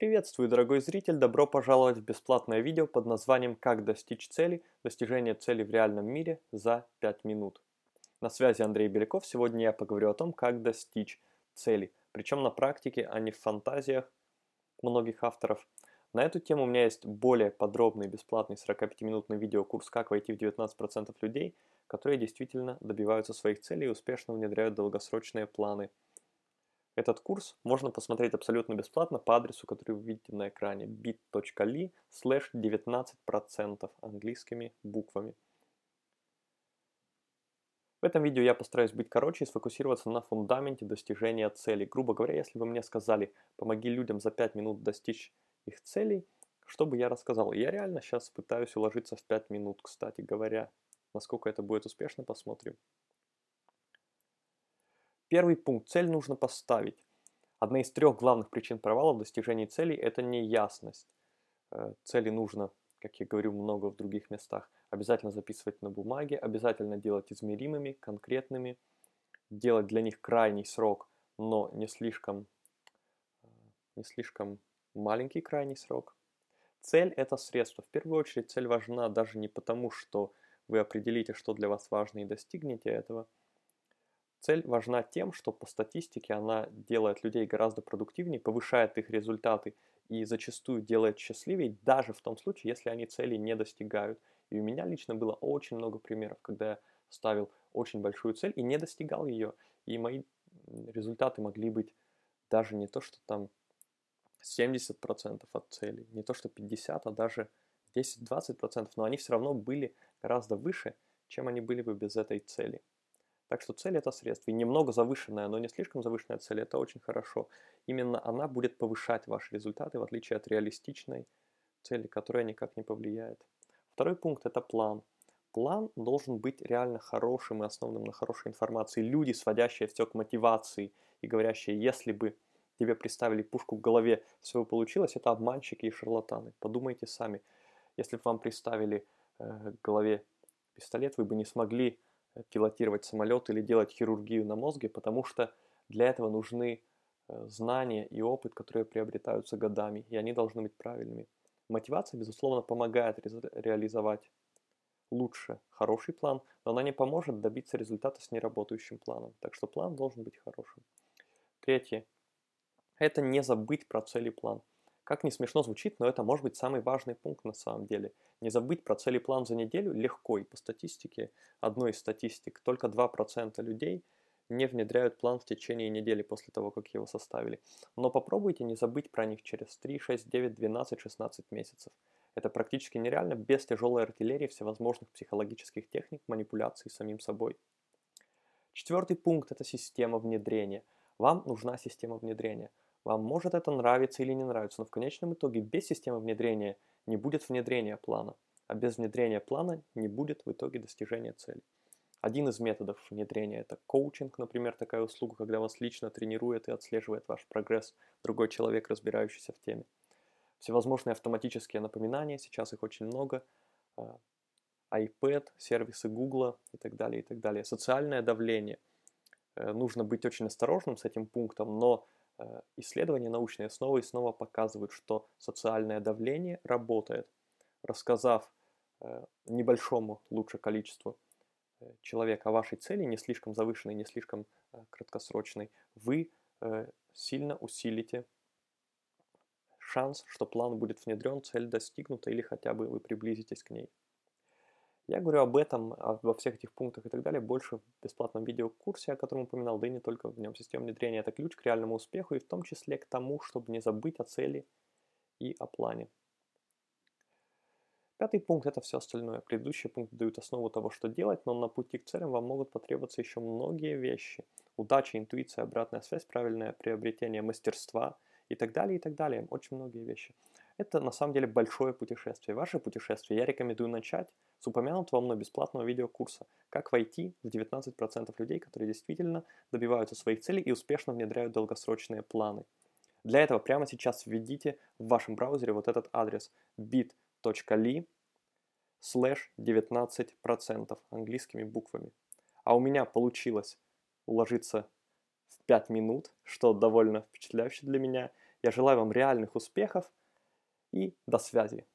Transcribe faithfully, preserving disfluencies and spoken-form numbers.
Приветствую, дорогой зритель! Добро пожаловать в бесплатное видео под названием «Как достичь цели. Достижение цели в реальном мире за пять минут». На связи Андрей Беляков. Сегодня я поговорю о том, как достичь цели. Причем на практике, а не в фантазиях многих авторов. На эту тему у меня есть более подробный бесплатный сорокапятиминутный видеокурс «Как войти в девятнадцать процентов людей, которые действительно добиваются своих целей и успешно внедряют долгосрочные планы». Этот курс можно посмотреть абсолютно бесплатно по адресу, который вы видите на экране bit.ly слэш девятнадцать процентов английскими буквами. В этом видео я постараюсь быть короче и сфокусироваться на фундаменте достижения целей. Грубо говоря, если бы мне сказали «помоги людям за пять минут достичь их целей», что бы я рассказал? Я реально сейчас пытаюсь уложиться в пять минут, кстати говоря. Насколько это будет успешно, посмотрим. Первый пункт. Цель нужно поставить. Одна из трех главных причин провала в достижении целей – это неясность. Цели нужно, как я говорю много в других местах, обязательно записывать на бумаге, обязательно делать измеримыми, конкретными, делать для них крайний срок, но не слишком, не слишком маленький крайний срок. Цель – это средство. В первую очередь цель важна даже не потому, что вы определите, что для вас важно и достигнете этого. Цель важна тем, что по статистике она делает людей гораздо продуктивнее, повышает их результаты и зачастую делает счастливее, даже в том случае, если они цели не достигают. И у меня лично было очень много примеров, когда я ставил очень большую цель и не достигал ее. И мои результаты могли быть даже не то, что там семьдесят процентов от цели, не то, что пятьдесят процентов, а даже десять-двадцать процентов, но они все равно были гораздо выше, чем они были бы без этой цели. Так что цель – это средство. И немного завышенная, но не слишком завышенная цель – это очень хорошо. Именно она будет повышать ваши результаты, в отличие от реалистичной цели, которая никак не повлияет. Второй пункт – это план. План должен быть реально хорошим и основанным на хорошей информации. Люди, сводящие все к мотивации и говорящие, если бы тебе приставили пушку к голове, все бы получилось, это обманщики и шарлатаны. Подумайте сами. Если бы вам приставили э, к голове пистолет, вы бы не смогли пилотировать самолет или делать хирургию на мозге, потому что для этого нужны знания и опыт, которые приобретаются годами, и они должны быть правильными. Мотивация, безусловно, помогает ре- реализовать лучше хороший план, но она не поможет добиться результата с неработающим планом. Так что план должен быть хорошим. Третье. Это не забыть про цель и план. Как не смешно звучит, но это может быть самый важный пункт на самом деле. Не забыть про цель и план за неделю легко, и по статистике, одной из статистик, только два процента людей не внедряют план в течение недели после того, как его составили. Но попробуйте не забыть про них через три, шесть, девять, двенадцать, шестнадцать месяцев. Это практически нереально без тяжелой артиллерии всевозможных психологических техник, манипуляций самим собой. Четвертый пункт – это система внедрения. Вам нужна система внедрения. Вам может это нравиться или не нравиться, но в конечном итоге без системы внедрения не будет внедрения плана. А без внедрения плана не будет в итоге достижения цели. Один из методов внедрения – это коучинг, например, такая услуга, когда вас лично тренирует и отслеживает ваш прогресс другой человек, разбирающийся в теме. Всевозможные автоматические напоминания, сейчас их очень много, iPad, сервисы Google и так далее, и так далее. Социальное давление. Нужно быть очень осторожным с этим пунктом, но исследования научные снова и снова показывают, что социальное давление работает. Рассказав небольшому лучше количеству человек о вашей цели, не слишком завышенной, не слишком краткосрочной, вы сильно усилите шанс, что план будет внедрен, цель достигнута или хотя бы вы приблизитесь к ней. Я говорю об этом, обо всех этих пунктах и так далее больше в бесплатном видеокурсе, о котором упоминал, да и не только в нем. Система внедрения – это ключ к реальному успеху и в том числе к тому, чтобы не забыть о цели и о плане. Пятый пункт – это все остальное. Предыдущие пункты дают основу того, что делать, но на пути к целям вам могут потребоваться еще многие вещи. Удача, интуиция, обратная связь, правильное приобретение мастерства и так далее, и так далее. Очень многие вещи. Это на самом деле большое путешествие. Ваше путешествие я рекомендую начать с упомянутого мной бесплатного видеокурса «Как войти в девятнадцать процентов людей, которые действительно добиваются своих целей и успешно внедряют долгосрочные планы». Для этого прямо сейчас введите в вашем браузере вот этот адрес bit.ly слэш девятнадцать процентов английскими буквами. А у меня получилось уложиться в пять минут, что довольно впечатляюще для меня. Я желаю вам реальных успехов и до связи.